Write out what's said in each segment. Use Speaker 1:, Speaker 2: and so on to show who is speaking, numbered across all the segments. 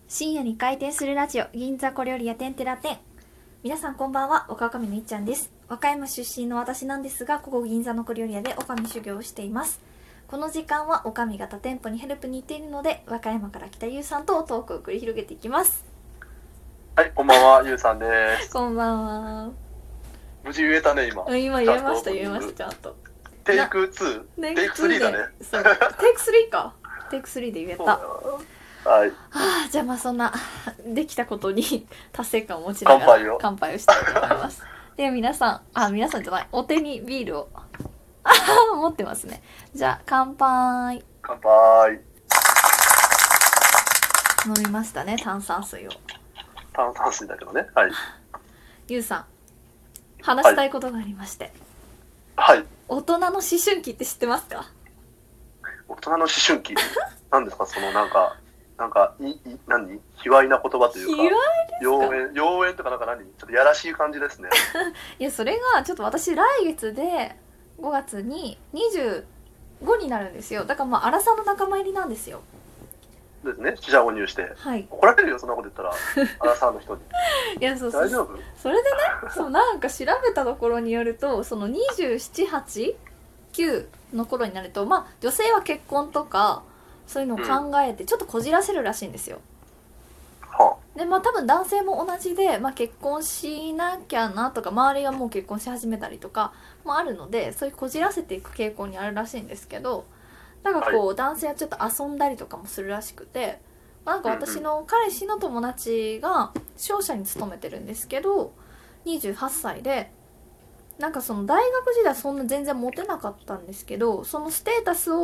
Speaker 1: 深夜に開店するラジオ銀座小料理屋てんてら店。皆さんこんばんは、おかみのいっちゃんです。和歌山出身の私なんですが、ここ銀座の小料理屋でおかみ修行をしています。この時間はおかみが他店舗にヘルプに行っているので、和歌山から来たゆうさんとトークを繰り広げていきます。
Speaker 2: はい、こんばんは、ゆうさんです。
Speaker 1: こんばんは。
Speaker 2: 無事言えたね、今。
Speaker 1: 今言えました、言えました、ちゃんと。
Speaker 2: テイク 2？ テイク3だね。
Speaker 1: そう、テイク3か。テイク3で言えた。
Speaker 2: はい。
Speaker 1: じゃあまあそんなできたことに達成感を持ちながら乾杯をしたいと思います。では皆さんじゃない、お手にビールを持ってますね。じゃあ乾杯。
Speaker 2: 乾杯。
Speaker 1: 飲みましたね、炭酸水を。
Speaker 2: 炭酸水だけどね。はい。
Speaker 1: ゆうさん、話したいことがありまして。
Speaker 2: はい。
Speaker 1: 大人の思春期って知ってますか？
Speaker 2: 大人の思春期なんですか、その何卑猥な言葉というか。
Speaker 1: 卑猥ですか？
Speaker 2: 妖艶とかちょっとやらしい感じですね。
Speaker 1: いや、それがちょっと私来月で5月に25になるんですよ。だからまあアラサーの仲間入りなんですよ。
Speaker 2: ですね、四捨五入して、
Speaker 1: はい、
Speaker 2: 怒られるよ、そんなこと言ったらアラサーの人に。
Speaker 1: いや、そう
Speaker 2: 大丈夫？
Speaker 1: それでねそうなんか調べたところによると、その27、8、9の頃になると、まあ女性は結婚とかそういうのを考えてちょっとこじらせるらしいんですよ。でまあ多分男性も同じで、まあ、結婚しなきゃなとか、周りがもう結婚し始めたりとかもあるので、そういうこじらせていく傾向にあるらしいんですけど、なんかこう、はい、男性はちょっと遊んだりとかもするらしくて、なんか私の彼氏の友達が商社に勤めてるんですけど、28歳で、なんかその大学時代そんな全然モテなかったんですけど、そのステータス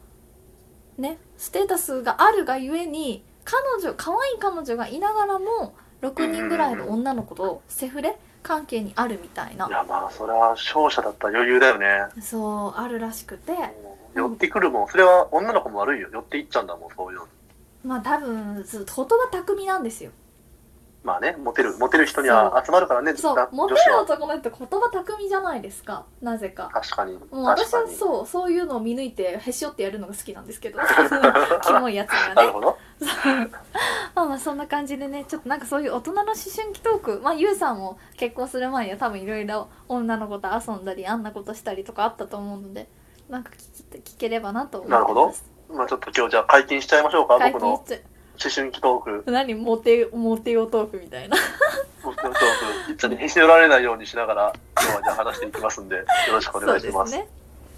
Speaker 1: があるがゆえに、可愛い彼女がいながらも6人ぐらいの女の子とセフレ関係にあるみたいな。
Speaker 2: いや、まあそれは商社だったら余裕だよね。
Speaker 1: そうあるらしくて、
Speaker 2: 寄ってくるもん、それは女の子も悪いよ、寄っていっちゃうんだもん、そういうの。
Speaker 1: まあ多分言葉巧みなんですよ。
Speaker 2: まあね、モテる人には集まるからね。
Speaker 1: そう、モテる男の人言葉巧みじゃないですか、なぜか。
Speaker 2: 確かに。
Speaker 1: もう私はそういうのを見抜いてへし折ってやるのが好きなんですけどキモいやつがね。
Speaker 2: なるほど。
Speaker 1: まあそんな感じでね、ちょっとなんかそういう大人の思春期トーク、まあゆうさんも結婚する前には多分いろいろ女の子と遊んだりあんなことしたりとかあったと思うので、なんか聞ければなと思います。
Speaker 2: なるほど。まあちょっと今日じゃあ解禁しちゃいましょうか。僕の思春期トーク。
Speaker 1: 何モテよトークみたいな。
Speaker 2: モテよトーク。一応ね、へし折られないようにしながら今日はじゃあ話していきますんでよろしくお願いします。そうですね。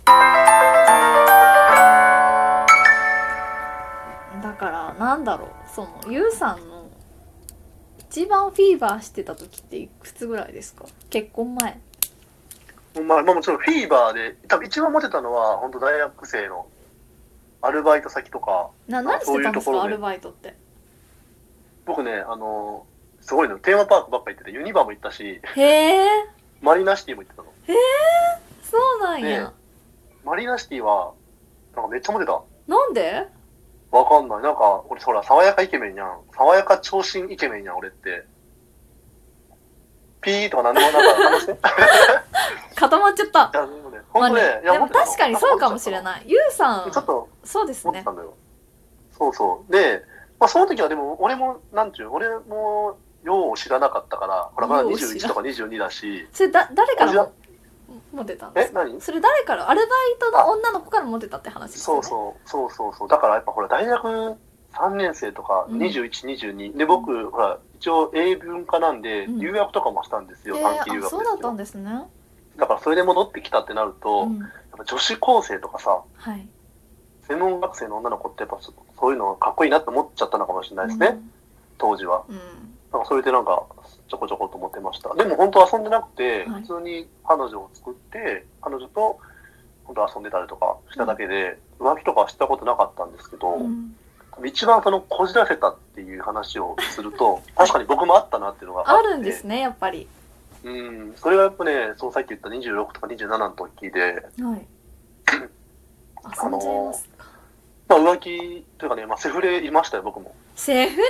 Speaker 1: だからなんだろう、そのゆうさんの一番フィーバーしてた時っていくつぐらいですか？結婚前。
Speaker 2: まあもちろんフィーバーで多分一番モテたのは本当大学生のアルバイト先とか。
Speaker 1: 何してたんですか、アルバイトって。
Speaker 2: 僕ね、すごいの、テーマパークばっか行ってて、ユニバも行ったし、マリナシティも行ってたの。
Speaker 1: そうなんや。
Speaker 2: マリナシティはなんかめっちゃモテた。
Speaker 1: なんで？
Speaker 2: わかんない。なんか俺ほら爽やかイケメンやん。爽やか長身イケメンやん俺って。ピーとかなんでも話して。
Speaker 1: 固まっちゃった。
Speaker 2: いやでもね、本当ね、
Speaker 1: でも確かにそうかもしれない。ゆうさん
Speaker 2: ちょっと
Speaker 1: そうですね。
Speaker 2: そうで、まあその時はでも俺もよう知らなかったから、ほらまだ21とか22だし。
Speaker 1: それ誰からモテたんですか？
Speaker 2: 何？
Speaker 1: それ誰から？アルバイトの女の子からモテたって話ですよね。
Speaker 2: そう。だからやっぱほら大学3年生とか21、22で、僕ほら一応英文科なんで留学とかもしたんですよ。短期留学ですよ。
Speaker 1: そうだったんですね。
Speaker 2: だからそれで戻ってきたってなると、やっぱ女子高生とかさ、専門学生の女の子ってやっぱそういうのかっこいいなって思っちゃったのかもしれないですね、当時は。なんかそれでなんかちょこちょこと思ってました。でも本当遊んでなくて、普通に彼女を作って彼女と本当遊んでたりとかしただけで、浮気とかはしたことなかったんですけど、一番そのこじらせたっていう話をすると確かに僕もあったなっていうのがあるんですね、
Speaker 1: やっぱり。
Speaker 2: それがやっぱね、そうさっき言った26とか27の時で、
Speaker 1: 遊んじゃいますか。
Speaker 2: まあ浮気というかね、セフレいましたよ、僕も。
Speaker 1: セフレ？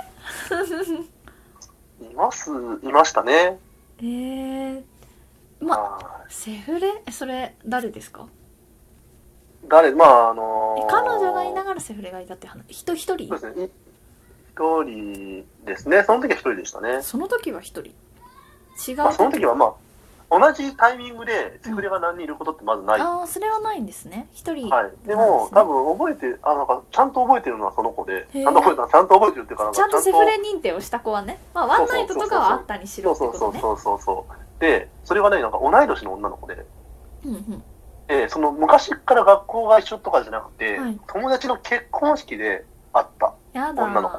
Speaker 2: いましたね。
Speaker 1: セフレ？それ誰ですか？
Speaker 2: 彼女
Speaker 1: がいながらセフレがいたって話。一人？
Speaker 2: そうですね。 一人ですね。その時は一人でしたね。
Speaker 1: その時は一人。違う。
Speaker 2: その時は同じタイミングでセフレが何人いることってまずない。
Speaker 1: ああ、それはないんですね。一人。
Speaker 2: はい。でも、多分覚えて、ちゃんと覚えてるのはその子で、ちゃんと覚えてるっていうか、
Speaker 1: ちゃんとセフレ認定をした子はね。まあ、ワンナイトとかはあったにしろってことね。
Speaker 2: そう。で、それがね、なんか同い年の女の子で、
Speaker 1: うんうん。
Speaker 2: 昔から学校が一緒とかじゃなくて、友達の結婚式で会った女の子。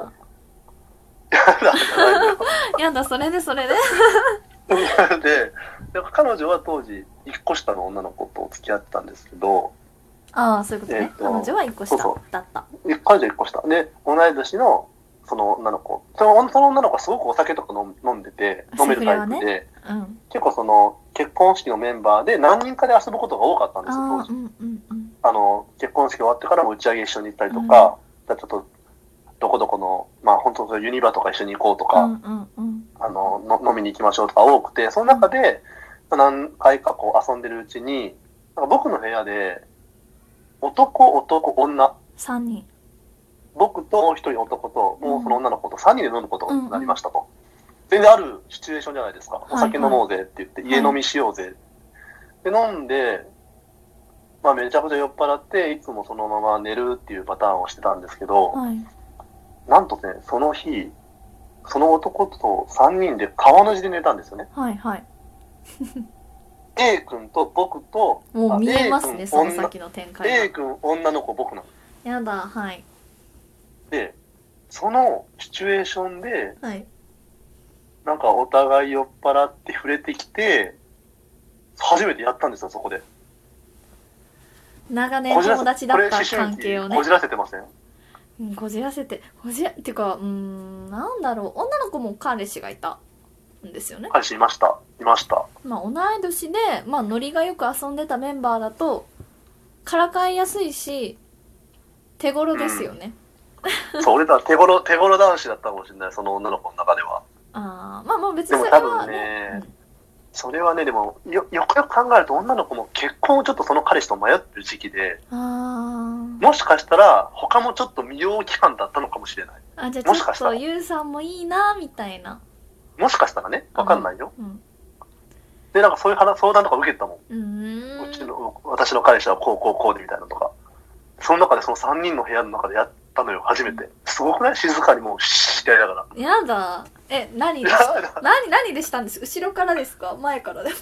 Speaker 1: やだ、それで。
Speaker 2: で、彼女は当時、1個下の女の子と付き合ってたんですけど、
Speaker 1: ああ、そういうことね。彼女は1個下だった。
Speaker 2: 彼女1個下。で、同い年のその女の子。その女の子はすごくお酒とか飲んでて、飲めるタイプで、結構その、結婚式のメンバーで何人かで遊ぶことが多かったんですよ、当時。結婚式終わってからも打ち上げ一緒に行ったりとか、ちょっと、どこどこの、本当ユニバとか一緒に行こうとか、飲みに行きましょうとか多くて、その中で何回かこう遊んでるうちに、なんか僕の部屋で、男、女。
Speaker 1: 3人。
Speaker 2: 僕ともう一人男と、もうその女の子と3人で飲むことになりましたと。全然あるシチュエーションじゃないですか。お酒飲もうぜって言って、家飲みしようぜ。で、飲んで、めちゃくちゃ酔っ払って、いつもそのまま寝るっていうパターンをしてたんですけど、なんとね、その日、その男と3人で川の字で寝たんですよね。A 君と僕と、
Speaker 1: もう見えますね、その先の展開が。
Speaker 2: A 君、女の子、僕なの。
Speaker 1: やだ、はい。
Speaker 2: で、そのシチュエーションで、なんかお互い酔っ払って触れてきて、初めてやったんですよ、そこで。
Speaker 1: 長年友達だった関係をね。
Speaker 2: こじらせてません？
Speaker 1: こじらせて、っていうか、なんだろう、女の子も彼氏がいたんですよね。
Speaker 2: 彼氏いました。
Speaker 1: 同い年で、ノリがよく遊んでたメンバーだと、からかいやすいし、手頃ですよね。
Speaker 2: そう、俺手頃男子だったかもしれない、その女の子の中では。
Speaker 1: 別にそれは、ね。でも多分
Speaker 2: ね、それはね、でもよくよく考えると女の子も結婚をちょっとその彼氏と迷ってる時期で、もしかしたら他もちょっと未了期間だったのかもしれない。
Speaker 1: じゃあちょっとゆうさんもいいなみたいな。
Speaker 2: もしかしたらね、わかんないよ。で、なんかそういう相談とか受けたもん。私の彼氏はこうでみたいなとか。その中でその3人の部屋の中でやったのよ、初めて。すごくない？静かにもうシーやりながら。
Speaker 1: やだ。何でしたんです？後ろからですか？前からですか？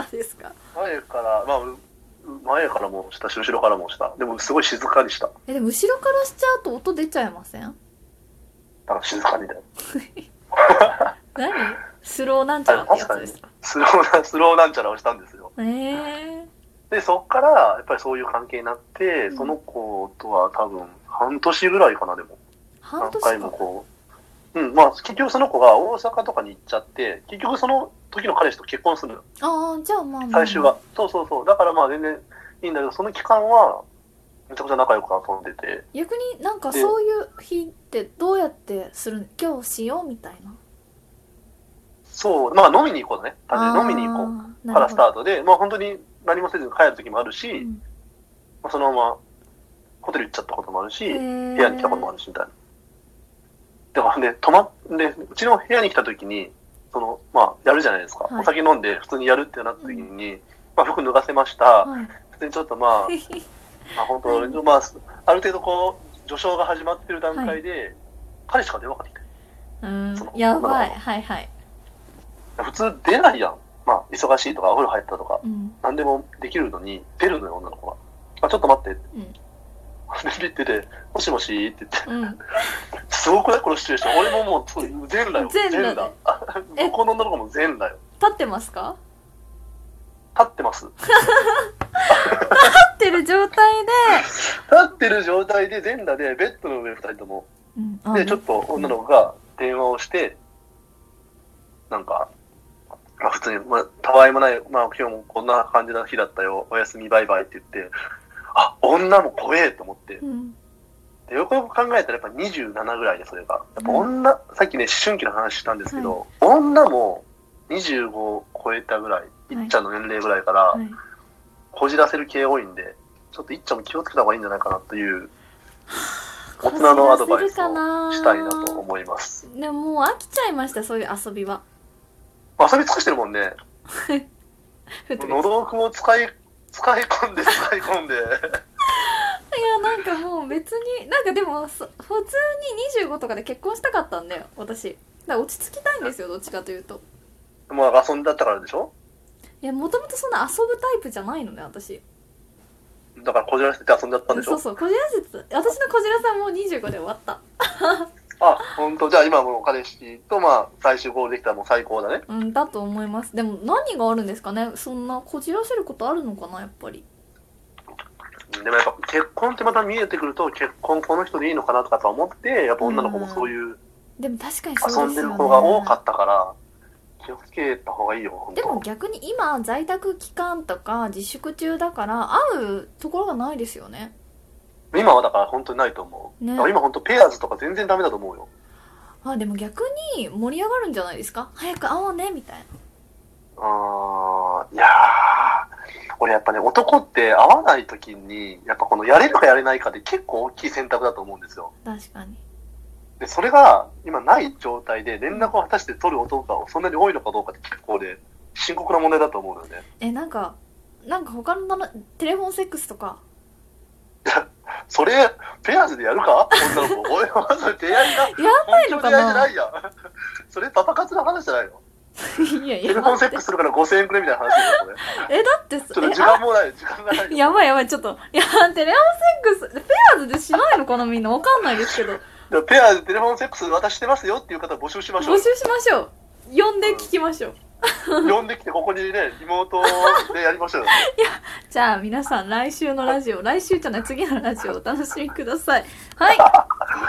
Speaker 2: 前からもしたし、後ろからもした。でもすごい静かにした。
Speaker 1: でも後ろからしちゃうと音出ちゃいません？
Speaker 2: だから静かにだよ。
Speaker 1: 何？スローなんちゃらってやつですか？
Speaker 2: スローなんちゃらをしたんですよ。で、そっからやっぱりそういう関係になって、その子とは多分半年ぐらいかな、でも。
Speaker 1: 何
Speaker 2: 回もこう。結局その子が大阪とかに行っちゃって、結局その時の彼氏と結婚するの。
Speaker 1: じゃあ
Speaker 2: 最終は。そう。だから全然いいんだけど、その期間はめちゃくちゃ仲良く遊んでて。
Speaker 1: 逆になんかそういう日ってどうやってするの？今日しようみたいな。
Speaker 2: そう、飲みに行こうね。単純に飲みに行こうからスタートで、本当に何もせずに帰る時もあるし、そのままホテル行っちゃったこともあるし、部屋に来たこともあるしみたいな。だからうちの部屋に来た時に、やるじゃないですか。お酒飲んで普通にやるってなった時に、服脱がせました。普通にちょっと本当、ある程度こう、序章が始まってる段階で、彼氏から電話かかってきて。
Speaker 1: やばい。はい。
Speaker 2: 普通出ないやん。忙しいとかお風呂入ったとか、何でもできるのに出るのよ、女の子が。ちょっと待って。出てて、もしもしって言って。すごくないこのシチュエーション。俺ももう全裸よ。全裸。向こうの女の子も全裸よ。
Speaker 1: 立ってますか？
Speaker 2: 立ってます。立
Speaker 1: ってる状態
Speaker 2: で全裸でベッドの上2人とも。で、ちょっと女の子が電話をして、なんか、普通に、たわいもない、今日もこんな感じの日だったよ、おやすみバイバイって言って、女も怖えと思って。でよくよく考えたらやっぱ27ぐらいで、それが。やっぱさっきね、思春期の話したんですけど、女も25超えたぐらい、いっちゃんの年齢ぐらいから、こじらせる系多いんで、ちょっといっちゃんも気をつけた方がいいんじゃないかなという。 大人のアドバイスをしたいなと思います。
Speaker 1: でももう飽きちゃいました、そういう遊びは。
Speaker 2: 遊び尽くしてるもんね。喉奥も使い込んで。い
Speaker 1: や、なんかもう別に、なんかでも、普通に25とかで結婚したかったんだよ、私。だから落ち着きたいんですよ、どっちかというと。
Speaker 2: もう遊んだったからでしょ？
Speaker 1: いや、もともとそんな遊ぶタイプじゃないのね、私。
Speaker 2: だからこじらせて遊んじゃったんでしょ？
Speaker 1: そう、こじらせて、私のこじらさんもう25で終わった。
Speaker 2: あ、ほんと。じゃあ今もう彼氏と最終ゴールできたらもう最高だね。
Speaker 1: うん、だと思います。でも何があるんですかね、そんなこじらせることあるのかな、やっぱり。
Speaker 2: でもやっぱ結婚ってまた見えてくると、結婚この人でいいのかなとか思って、やっぱ女の子もそういう
Speaker 1: でも確かにそうですよね、
Speaker 2: 遊んでる子が多かったから、気をつけた方がいいよ、本当。
Speaker 1: でも逆に今在宅期間とか自粛中だから会うところがないですよね。
Speaker 2: 今はだから本当にないと思う、ね、だから今本当ペアーズとか全然ダメだと思うよ。
Speaker 1: でも逆に盛り上がるんじゃないですか、早く会おうねみたいな。
Speaker 2: いやー、俺やっぱね、男って会わない時にやっぱこのやれるかやれないかで結構大きい選択だと思うんですよ。
Speaker 1: 確かに。
Speaker 2: でそれが今ない状態で連絡を果たして取る男がそんなに多いのかどうかって結構ね、深刻な問題だと思うのよね。
Speaker 1: なんか他のテレフォンセックスとか
Speaker 2: それペアーズでやるか、女の子。俺はそれ出会いが
Speaker 1: やばいのかな。
Speaker 2: 本当に出会いじゃないやん。それパパ活の話じゃないの？
Speaker 1: いや
Speaker 2: テレフォンセックスするから5000円くれみたいな話ですよ、これ。
Speaker 1: だって
Speaker 2: ちょっと時間もない、時間がない。
Speaker 1: やばい、ちょっと。いや、テレフォンセックス、ペアーズでしないのかな、みんな。わかんないですけど。
Speaker 2: ペアーズテレフォンセックス私してますよっていう方募集しましょう。
Speaker 1: 募集しましょう。呼んで聞きましょう。
Speaker 2: 呼んできてここにね、リモートでやりましょうよ。
Speaker 1: いや、じゃあ皆さん来週のラジオ、来週じゃない、次のラジオお楽しみください。はい。